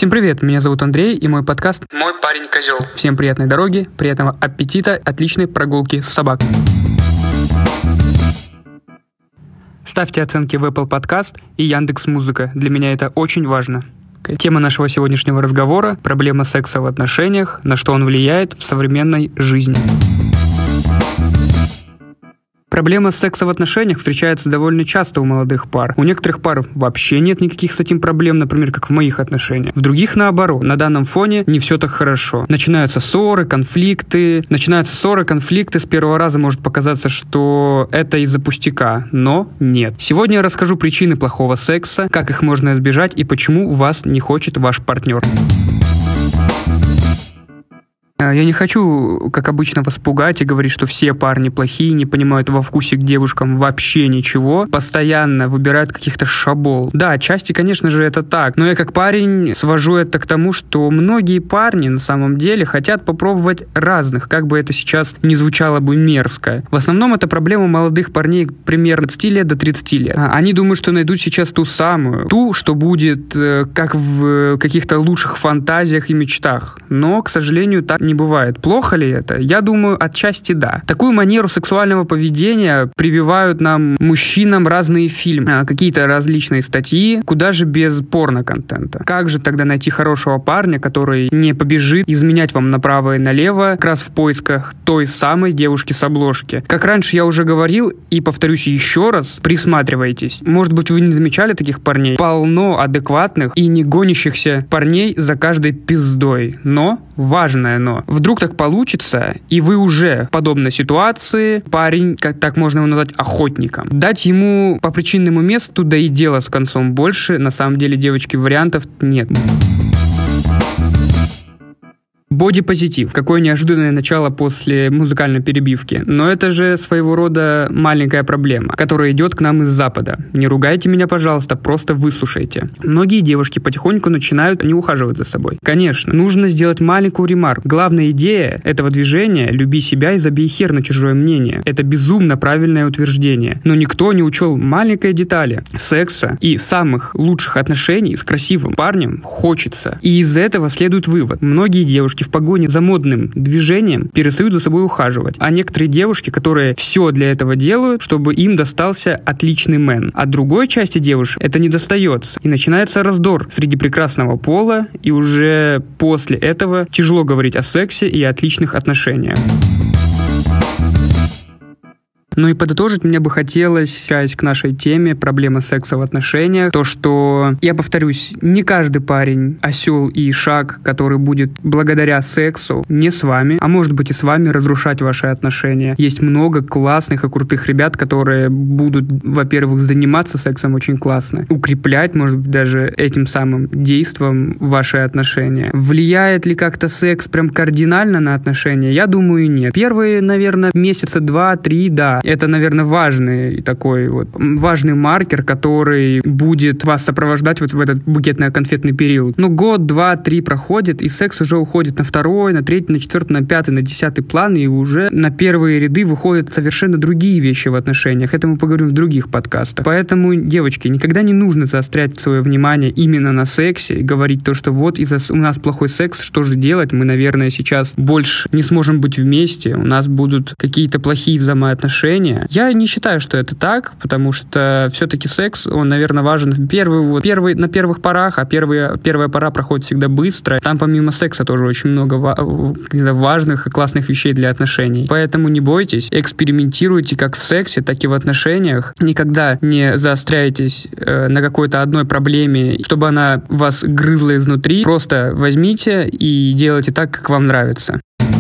Всем привет, меня зовут Андрей, и мой подкаст «Мой парень козел». Всем приятной дороги, приятного аппетита, отличной прогулки с собакой. Ставьте оценки в Apple Podcast и Яндекс.Музыка, для меня это очень важно. Тема нашего сегодняшнего разговора – проблема секса в отношениях, на что он влияет в современной жизни. Проблема секса в отношениях встречается довольно часто у молодых пар. У некоторых пар вообще нет никаких с этим проблем, например, как в моих отношениях. В других наоборот. На данном фоне не все так хорошо. Начинаются ссоры, конфликты. С первого раза может показаться, что это из-за пустяка, но нет. Сегодня я расскажу причины плохого секса, как их можно избежать и почему вас не хочет ваш партнер. Я не хочу, как обычно, вас пугать и говорить, что все парни плохие, не понимают во вкусе к девушкам вообще ничего, постоянно выбирают каких-то шабол. Да, отчасти, конечно же, это так, но я как парень свожу это к тому, что многие парни на самом деле хотят попробовать разных, как бы это сейчас не звучало бы мерзко. В основном это проблема молодых парней примерно 20 лет до 30 лет. Они думают, что найдут сейчас ту самую, ту, что будет как в каких-то лучших фантазиях и мечтах. Но, к сожалению, так не бывает. Плохо ли это? Я думаю, отчасти да. Такую манеру сексуального поведения прививают нам, мужчинам, разные фильмы, какие-то различные статьи, куда же без порно-контента. Как же тогда найти хорошего парня, который не побежит изменять вам направо и налево, как раз в поисках той самой девушки с обложки? Как раньше я уже говорил, и повторюсь еще раз, присматривайтесь. Может быть, вы не замечали таких парней? Полно адекватных и не гонящихся парней за каждой пиздой. Но, важное но, вдруг так получится, и вы уже в подобной ситуации, парень, как так можно его назвать, охотником. Дать ему по причинному месту, да и дело с концом. Больше, на самом деле, девочки, вариантов нет. Бодипозитив. Какое неожиданное начало после музыкальной перебивки. Но это же своего рода маленькая проблема, которая идет к нам из Запада. Не ругайте меня, пожалуйста, просто выслушайте. Многие девушки потихоньку начинают не ухаживать за собой. Конечно, нужно сделать маленькую ремарку. Главная идея этого движения – люби себя и забей хер на чужое мнение. Это безумно правильное утверждение. Но никто не учел маленькой детали. Секса и самых лучших отношений с красивым парнем хочется. И из этого следует вывод. Многие девушки в погоне за модным движением перестают за собой ухаживать. А некоторые девушки, которые все для этого делают, чтобы им достался отличный мэн. А другой части девушек это не достается. И начинается раздор среди прекрасного пола, и уже после этого тяжело говорить о сексе и отличных отношениях. Ну и подытожить мне бы хотелось, к нашей теме проблема секса в отношениях, то, что, я повторюсь, не каждый парень осел и шаг, который будет благодаря сексу не с вами, а может быть и с вами разрушать ваши отношения. Есть много классных и крутых ребят, которые будут, во-первых, заниматься сексом очень классно, укреплять, может быть, даже этим самым действом ваши отношения. Влияет ли как-то секс прям кардинально на отношения? Я думаю, нет. Первые, наверное, месяца 2-3, да. Это, наверное, важный маркер, который будет вас сопровождать вот в этот букетно-конфетный период. Но год, 2, 3 проходит, и секс уже уходит на второй, на третий, на четвертый, на пятый, на 10-й план, и уже на первые ряды выходят совершенно другие вещи в отношениях. Это мы поговорим в других подкастах. Поэтому, девочки, никогда не нужно заострять свое внимание именно на сексе и говорить то, что вот из-за у нас плохой секс, что же делать? Мы, наверное, сейчас больше не сможем быть вместе, у нас будут какие-то плохие взаимоотношения. Я не считаю, что это так, потому что все-таки секс, он, наверное, важен на первых порах, а первая пора проходит всегда быстро. Там помимо секса тоже очень много важных и классных вещей для отношений. Поэтому не бойтесь, экспериментируйте как в сексе, так и в отношениях. Никогда не заостряйтесь на какой-то одной проблеме, чтобы она вас грызла изнутри. Просто возьмите и делайте так, как вам нравится.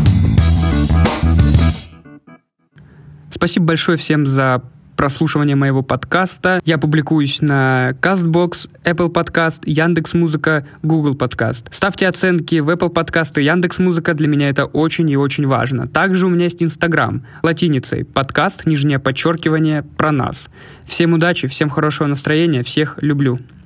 Спасибо большое всем за прослушивание моего подкаста. Я публикуюсь на CastBox, Apple Podcast, Яндекс.Музыка, Google Podcast. Ставьте оценки в Apple Podcast и Яндекс.Музыка. Для меня это очень и очень важно. Также у меня есть Instagram, латиницей, подкаст, _, про нас. Всем удачи, всем хорошего настроения, всех люблю.